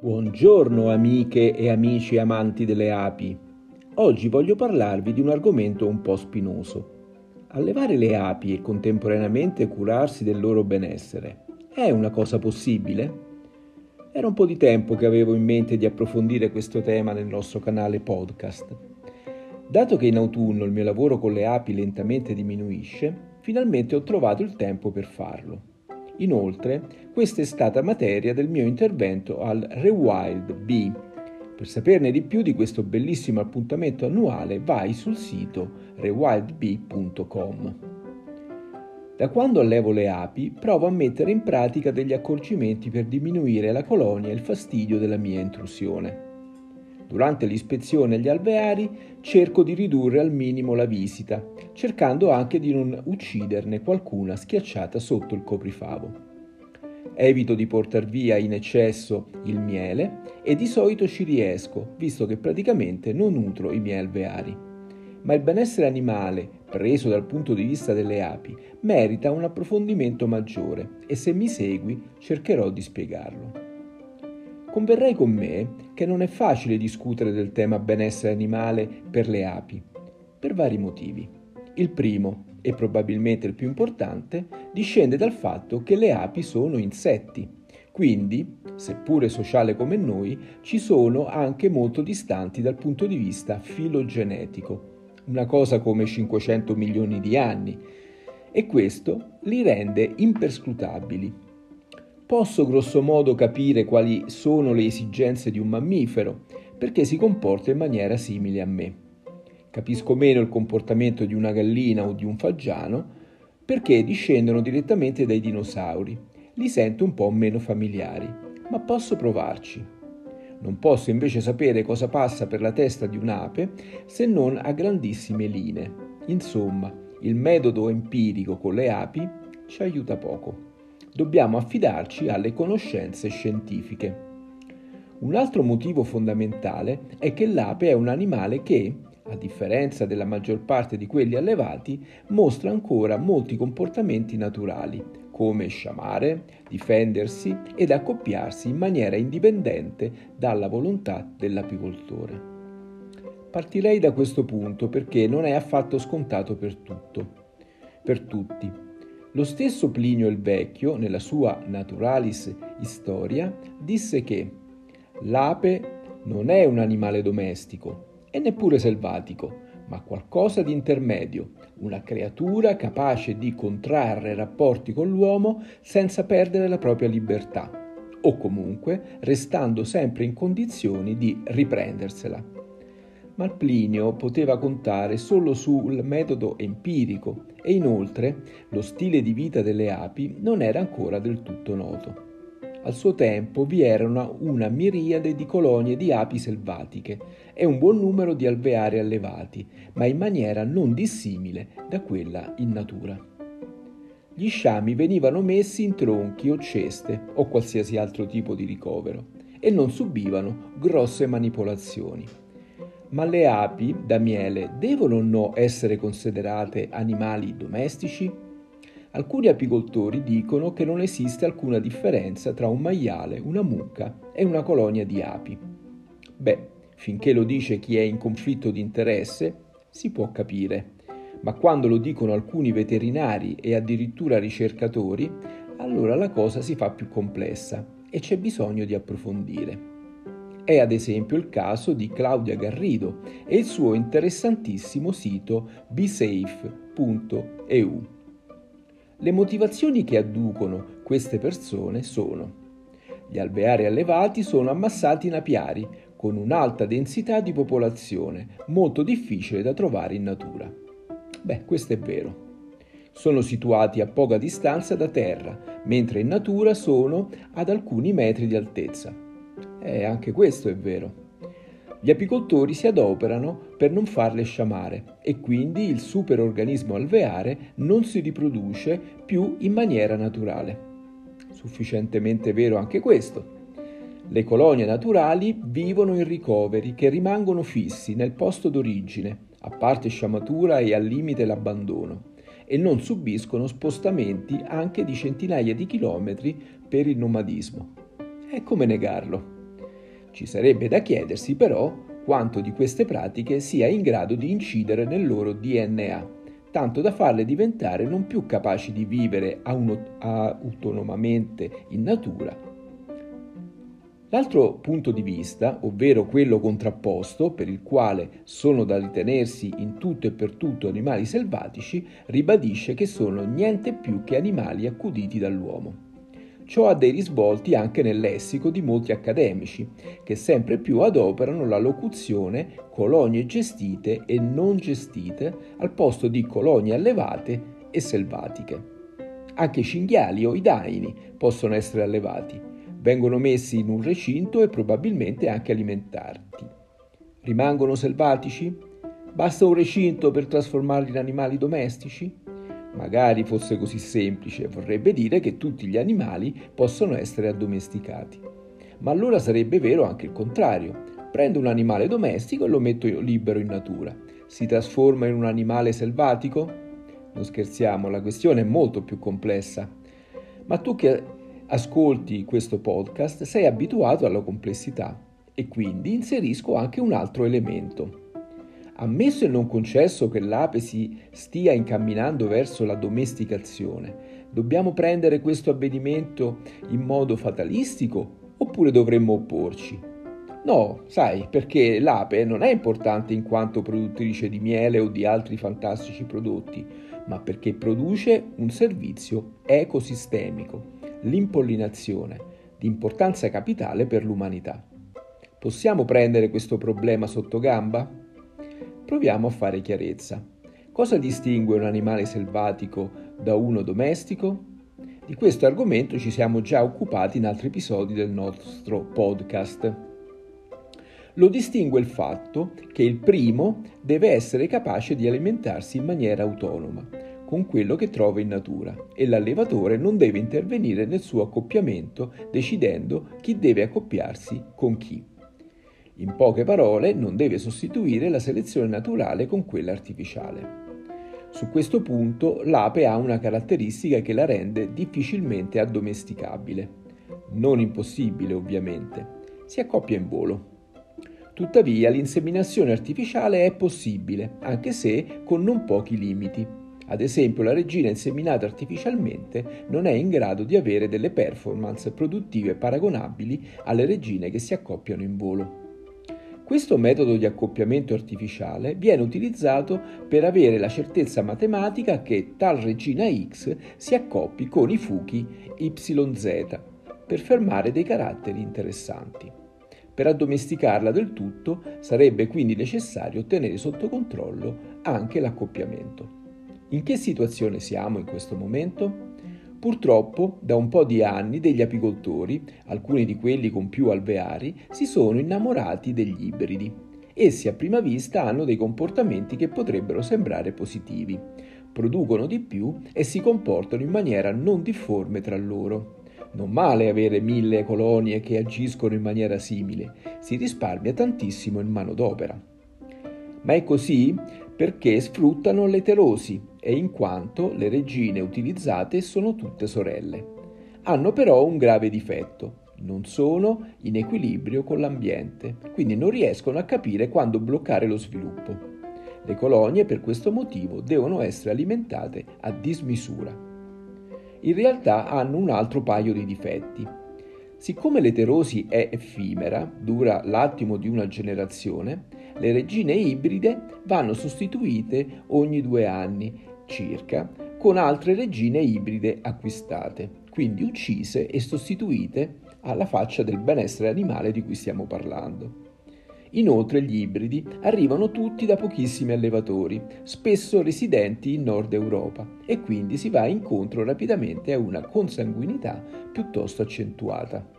Buongiorno amiche e amici amanti delle api. Oggi voglio parlarvi di un argomento un po' spinoso. Allevare le api e contemporaneamente curarsi del loro benessere è una cosa possibile? Era un po' di tempo che avevo in mente di approfondire questo tema nel nostro canale podcast. Dato che in autunno il mio lavoro con le api lentamente diminuisce, finalmente ho trovato il tempo per farlo. Inoltre, questa è stata materia del mio intervento al Rewild Bee. Per saperne di più di questo bellissimo appuntamento annuale, vai sul sito rewildbee.com. Da quando allevo le api, provo a mettere in pratica degli accorgimenti per diminuire la colonia e il fastidio della mia intrusione. Durante l'ispezione agli alveari cerco di ridurre al minimo la visita, cercando anche di non ucciderne qualcuna schiacciata sotto il coprifavo. Evito di portar via in eccesso il miele e di solito ci riesco, visto che praticamente non nutro i miei alveari. Ma il benessere animale, preso dal punto di vista delle api, merita un approfondimento maggiore e se mi segui cercherò di spiegarlo. Converrai con me che non è facile discutere del tema benessere animale per le api, per vari motivi. Il primo, e probabilmente il più importante, discende dal fatto che le api sono insetti, quindi, seppure sociale come noi, ci sono anche molto distanti dal punto di vista filogenetico, una cosa come 500 milioni di anni, e questo li rende imperscrutabili. Posso grossomodo capire quali sono le esigenze di un mammifero, perché si comporta in maniera simile a me. Capisco meno il comportamento di una gallina o di un fagiano, perché discendono direttamente dai dinosauri. Li sento un po' meno familiari, ma posso provarci. Non posso invece sapere cosa passa per la testa di un'ape se non a grandissime linee. Insomma, il metodo empirico con le api ci aiuta poco. Dobbiamo affidarci alle conoscenze scientifiche. Un altro motivo fondamentale è che l'ape è un animale che, a differenza della maggior parte di quelli allevati, mostra ancora molti comportamenti naturali, come sciamare, difendersi ed accoppiarsi in maniera indipendente dalla volontà dell'apicoltore. Partirei da questo punto perché non è affatto scontato per tutti. Lo stesso Plinio il Vecchio, nella sua Naturalis Historia, disse che l'ape non è un animale domestico e neppure selvatico, ma qualcosa di intermedio, una creatura capace di contrarre rapporti con l'uomo senza perdere la propria libertà, o comunque restando sempre in condizioni di riprendersela. Ma Plinio poteva contare solo sul metodo empirico e inoltre lo stile di vita delle api non era ancora del tutto noto. Al suo tempo vi era una miriade di colonie di api selvatiche e un buon numero di alveari allevati, ma in maniera non dissimile da quella in natura. Gli sciami venivano messi in tronchi o ceste o qualsiasi altro tipo di ricovero e non subivano grosse manipolazioni. Ma le api da miele devono o no essere considerate animali domestici? Alcuni apicoltori dicono che non esiste alcuna differenza tra un maiale, una mucca e una colonia di api. Beh, finché lo dice chi è in conflitto di interesse, si può capire. Ma quando lo dicono alcuni veterinari e addirittura ricercatori, allora la cosa si fa più complessa e c'è bisogno di approfondire. È ad esempio il caso di Claudia Garrido e il suo interessantissimo sito besafe.eu. Le motivazioni che adducono queste persone sono: gli alveari allevati sono ammassati in apiari con un'alta densità di popolazione, molto difficile da trovare in natura. Beh, questo è vero. Sono situati a poca distanza da terra, mentre in natura sono ad alcuni metri di altezza. Anche questo è vero. Gli apicoltori si adoperano per non farle sciamare e quindi il superorganismo alveare non si riproduce più in maniera naturale. Sufficientemente vero anche questo. Le colonie naturali vivono in ricoveri che rimangono fissi nel posto d'origine, a parte sciamatura e al limite l'abbandono, e non subiscono spostamenti anche di centinaia di chilometri per il nomadismo. E come negarlo? Ci sarebbe da chiedersi però quanto di queste pratiche sia in grado di incidere nel loro DNA, tanto da farle diventare non più capaci di vivere autonomamente in natura. L'altro punto di vista, ovvero quello contrapposto, per il quale sono da ritenersi in tutto e per tutto animali selvatici, ribadisce che sono niente più che animali accuditi dall'uomo. Ciò ha dei risvolti anche nel lessico di molti accademici, che sempre più adoperano la locuzione colonie gestite e non gestite al posto di colonie allevate e selvatiche. Anche i cinghiali o i daini possono essere allevati. Vengono messi in un recinto e probabilmente anche alimentati. Rimangono selvatici? Basta un recinto per trasformarli in animali domestici? Magari fosse così semplice, vorrebbe dire che tutti gli animali possono essere addomesticati. Ma allora sarebbe vero anche il contrario. Prendo un animale domestico e lo metto libero in natura. Si trasforma in un animale selvatico? Non scherziamo, la questione è molto più complessa. Ma tu che ascolti questo podcast sei abituato alla complessità e quindi inserisco anche un altro elemento. Ammesso e non concesso che l'ape si stia incamminando verso la domesticazione, dobbiamo prendere questo avvenimento in modo fatalistico oppure dovremmo opporci? No, sai, perché l'ape non è importante in quanto produttrice di miele o di altri fantastici prodotti, ma perché produce un servizio ecosistemico, l'impollinazione, di importanza capitale per l'umanità. Possiamo prendere questo problema sotto gamba? Proviamo a fare chiarezza. Cosa distingue un animale selvatico da uno domestico? Di questo argomento ci siamo già occupati in altri episodi del nostro podcast. Lo distingue il fatto che il primo deve essere capace di alimentarsi in maniera autonoma, con quello che trova in natura, e l'allevatore non deve intervenire nel suo accoppiamento decidendo chi deve accoppiarsi con chi. In poche parole, non deve sostituire la selezione naturale con quella artificiale. Su questo punto l'ape ha una caratteristica che la rende difficilmente addomesticabile. Non impossibile, ovviamente. Si accoppia in volo. Tuttavia, l'inseminazione artificiale è possibile, anche se con non pochi limiti. Ad esempio, la regina inseminata artificialmente non è in grado di avere delle performance produttive paragonabili alle regine che si accoppiano in volo. Questo metodo di accoppiamento artificiale viene utilizzato per avere la certezza matematica che tal regina X si accoppi con i fuchi YZ, per fermare dei caratteri interessanti. Per addomesticarla del tutto sarebbe quindi necessario tenere sotto controllo anche l'accoppiamento. In che situazione siamo in questo momento? Purtroppo, da un po' di anni degli apicoltori, alcuni di quelli con più alveari, si sono innamorati degli ibridi. Essi a prima vista hanno dei comportamenti che potrebbero sembrare positivi. Producono di più e si comportano in maniera non difforme tra loro. Non male avere 1000 colonie che agiscono in maniera simile, si risparmia tantissimo in manodopera. Ma è così perché sfruttano l'eterosi e in quanto le regine utilizzate sono tutte sorelle. Hanno però un grave difetto: non sono in equilibrio con l'ambiente, quindi non riescono a capire quando bloccare lo sviluppo. Le colonie per questo motivo devono essere alimentate a dismisura. In realtà hanno un altro paio di difetti. Siccome l'eterosi è effimera, dura l'attimo di una generazione, le regine ibride vanno sostituite ogni 2 anni circa con altre regine ibride acquistate, quindi uccise e sostituite alla faccia del benessere animale di cui stiamo parlando. Inoltre gli ibridi arrivano tutti da pochissimi allevatori, spesso residenti in Nord Europa, e quindi si va incontro rapidamente a una consanguinità piuttosto accentuata,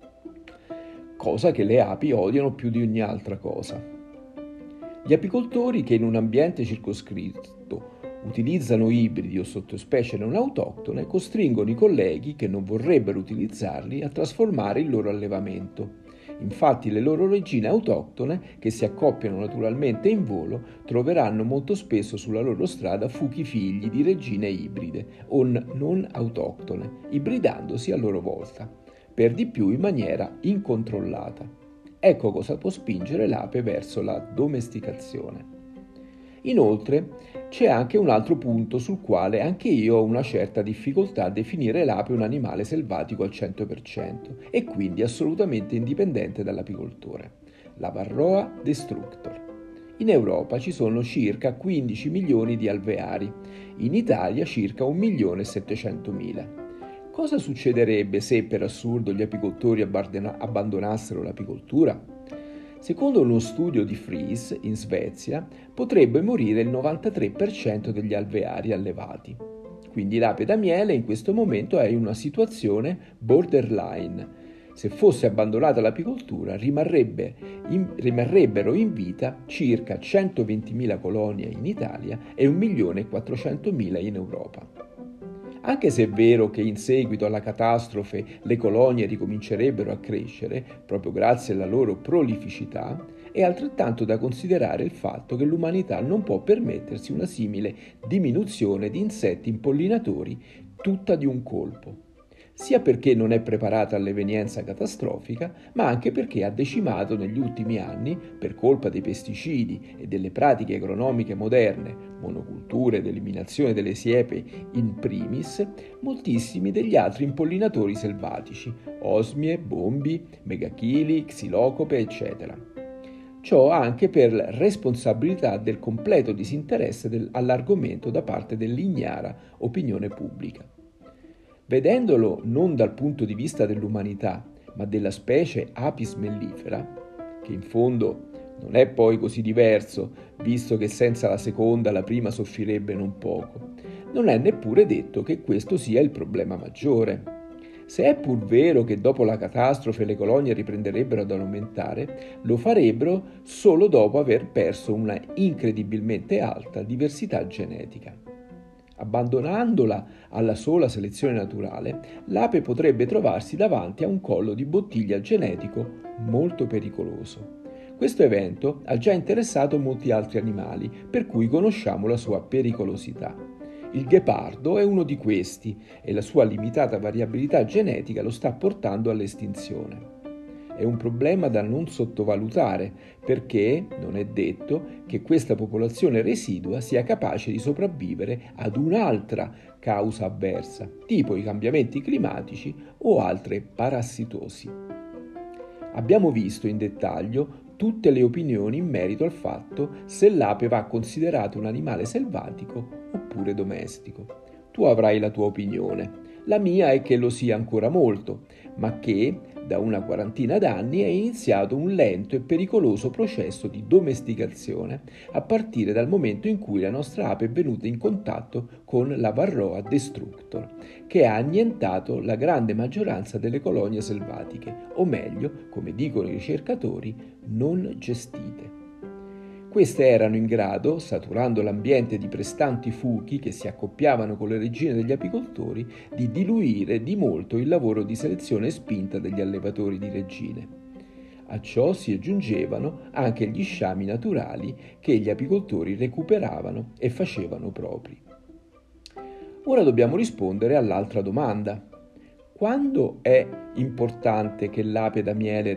cosa che le api odiano più di ogni altra cosa. Gli apicoltori che in un ambiente circoscritto utilizzano ibridi o sottospecie non autoctone costringono i colleghi che non vorrebbero utilizzarli a trasformare il loro allevamento. Infatti le loro regine autoctone, che si accoppiano naturalmente in volo, troveranno molto spesso sulla loro strada fuchi figli di regine ibride o non autoctone, ibridandosi a loro volta, per di più in maniera incontrollata. Ecco cosa può spingere l'ape verso la domesticazione. Inoltre, c'è anche un altro punto sul quale anche io ho una certa difficoltà a definire l'ape un animale selvatico al 100% e quindi assolutamente indipendente dall'apicoltore. La Varroa destructor. In Europa ci sono circa 15 milioni di alveari, in Italia circa 1.700.000. Cosa succederebbe se per assurdo gli apicoltori abbandonassero l'apicoltura? Secondo uno studio di Fries in Svezia, potrebbe morire il 93% degli alveari allevati. Quindi l'ape da miele in questo momento è in una situazione borderline. Se fosse abbandonata l'apicoltura, rimarrebbero in vita circa 120.000 colonie in Italia e 1.400.000 in Europa. Anche se è vero che in seguito alla catastrofe le colonie ricomincerebbero a crescere, proprio grazie alla loro prolificità, è altrettanto da considerare il fatto che l'umanità non può permettersi una simile diminuzione di insetti impollinatori tutta di un colpo, sia perché non è preparata all'evenienza catastrofica, ma anche perché ha decimato negli ultimi anni, per colpa dei pesticidi e delle pratiche agronomiche moderne, monoculture ed eliminazione delle siepi in primis, moltissimi degli altri impollinatori selvatici, osmie, bombi, megachili, xilocope, eccetera. Ciò anche per responsabilità del completo disinteresse all'argomento da parte dell'ignara opinione pubblica. Vedendolo non dal punto di vista dell'umanità, ma della specie Apis mellifera, che in fondo non è poi così diverso, visto che senza la seconda la prima soffrirebbe non poco, non è neppure detto che questo sia il problema maggiore. Se è pur vero che dopo la catastrofe le colonie riprenderebbero ad aumentare, lo farebbero solo dopo aver perso una incredibilmente alta diversità genetica. Abbandonandola alla sola selezione naturale, l'ape potrebbe trovarsi davanti a un collo di bottiglia genetico molto pericoloso. Questo evento ha già interessato molti altri animali, per cui conosciamo la sua pericolosità. Il ghepardo è uno di questi e la sua limitata variabilità genetica lo sta portando all'estinzione. È un problema da non sottovalutare perché non è detto che questa popolazione residua sia capace di sopravvivere ad un'altra causa avversa, tipo i cambiamenti climatici o altre parassitosi. Abbiamo visto in dettaglio tutte le opinioni in merito al fatto se l'ape va considerato un animale selvatico oppure domestico. Tu avrai la tua opinione. La mia è che lo sia ancora molto, ma che da una quarantina d'anni è iniziato un lento e pericoloso processo di domesticazione a partire dal momento in cui la nostra ape è venuta in contatto con la Varroa destructor, che ha annientato la grande maggioranza delle colonie selvatiche, o meglio, come dicono i ricercatori, non gestite. Queste erano in grado, saturando l'ambiente di prestanti fuchi che si accoppiavano con le regine degli apicoltori, di diluire di molto il lavoro di selezione spinta degli allevatori di regine. A ciò si aggiungevano anche gli sciami naturali che gli apicoltori recuperavano e facevano propri. Ora dobbiamo rispondere all'altra domanda. Quanto è importante che l'ape da miele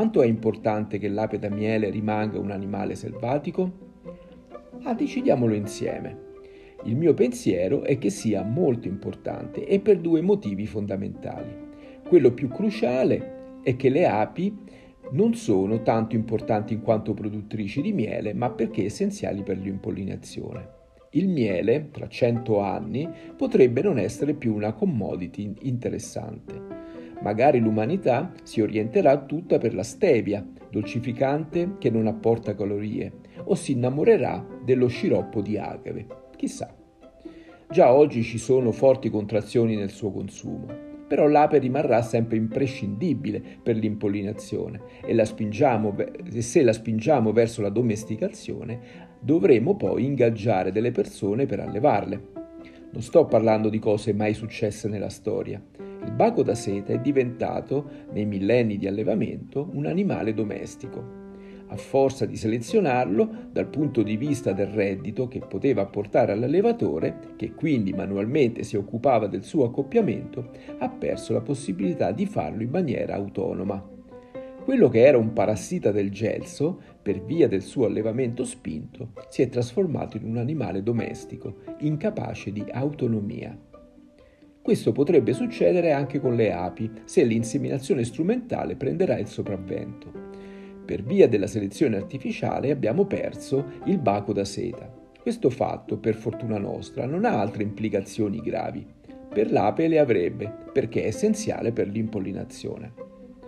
rimanga un animale selvatico? Decidiamolo insieme. Il mio pensiero è che sia molto importante e per due motivi fondamentali. Quello più cruciale è che le api non sono tanto importanti in quanto produttrici di miele, ma perché essenziali per l'impollinazione. Il miele, tra 100 anni, potrebbe non essere più una commodity interessante. Magari l'umanità si orienterà tutta per la stevia, dolcificante che non apporta calorie, o si innamorerà dello sciroppo di agave. Chissà. Già oggi ci sono forti contrazioni nel suo consumo, però l'ape rimarrà sempre imprescindibile per l'impollinazione e se la spingiamo verso la domesticazione, dovremo poi ingaggiare delle persone per allevarle. Non sto parlando di cose mai successe nella storia. Il baco da seta è diventato, nei millenni di allevamento, un animale domestico. A forza di selezionarlo, dal punto di vista del reddito che poteva apportare all'allevatore, che quindi manualmente si occupava del suo accoppiamento, ha perso la possibilità di farlo in maniera autonoma. Quello che era un parassita del gelso, per via del suo allevamento spinto, si è trasformato in un animale domestico, incapace di autonomia. Questo potrebbe succedere anche con le api, se l'inseminazione strumentale prenderà il sopravvento. Per via della selezione artificiale abbiamo perso il baco da seta. Questo fatto, per fortuna nostra, non ha altre implicazioni gravi. Per l'ape le avrebbe, perché è essenziale per l'impollinazione.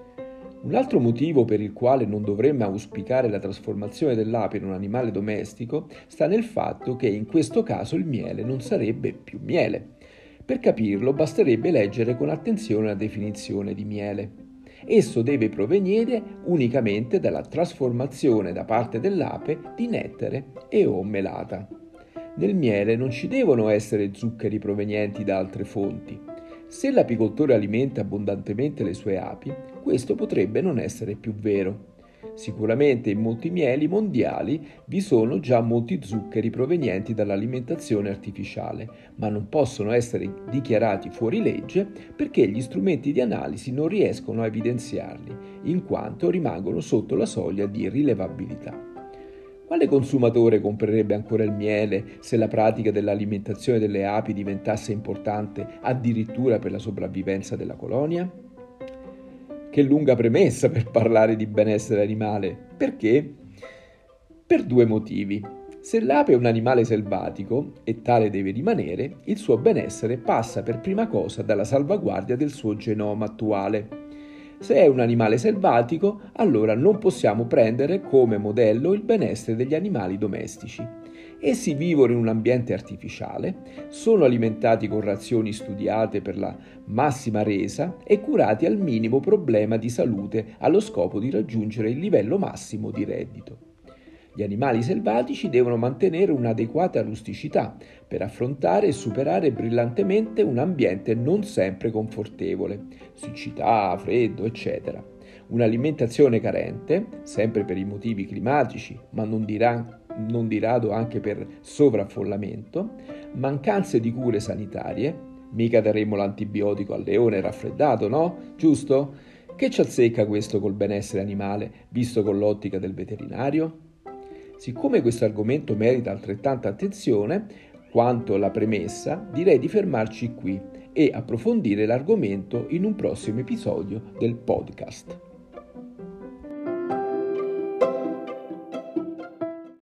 Un altro motivo per il quale non dovremmo auspicare la trasformazione dell'ape in un animale domestico sta nel fatto che in questo caso il miele non sarebbe più miele. Per capirlo basterebbe leggere con attenzione la definizione di miele. Esso deve provenire unicamente dalla trasformazione da parte dell'ape di nettare e o melata. Nel miele non ci devono essere zuccheri provenienti da altre fonti. Se l'apicoltore alimenta abbondantemente le sue api, questo potrebbe non essere più vero. Sicuramente in molti mieli mondiali vi sono già molti zuccheri provenienti dall'alimentazione artificiale, ma non possono essere dichiarati fuori legge perché gli strumenti di analisi non riescono a evidenziarli, in quanto rimangono sotto la soglia di rilevabilità. Quale consumatore comprerebbe ancora il miele se la pratica dell'alimentazione delle api diventasse importante addirittura per la sopravvivenza della colonia? Che lunga premessa per parlare di benessere animale. Perché? Per due motivi. Se l'ape è un animale selvatico, e tale deve rimanere, il suo benessere passa per prima cosa dalla salvaguardia del suo genoma attuale. Se è un animale selvatico, allora non possiamo prendere come modello il benessere degli animali domestici. Essi vivono in un ambiente artificiale, sono alimentati con razioni studiate per la massima resa e curati al minimo problema di salute allo scopo di raggiungere il livello massimo di reddito. Gli animali selvatici devono mantenere un'adeguata rusticità per affrontare e superare brillantemente un ambiente non sempre confortevole, siccità, freddo, eccetera. Un'alimentazione carente, sempre per i motivi climatici, ma non di rado anche per sovraffollamento, mancanze di cure sanitarie, mica daremo l'antibiotico al leone raffreddato, no? Giusto? Che ci azzecca questo col benessere animale, visto con l'ottica del veterinario? Siccome questo argomento merita altrettanta attenzione quanto la premessa, direi di fermarci qui e approfondire l'argomento in un prossimo episodio del podcast.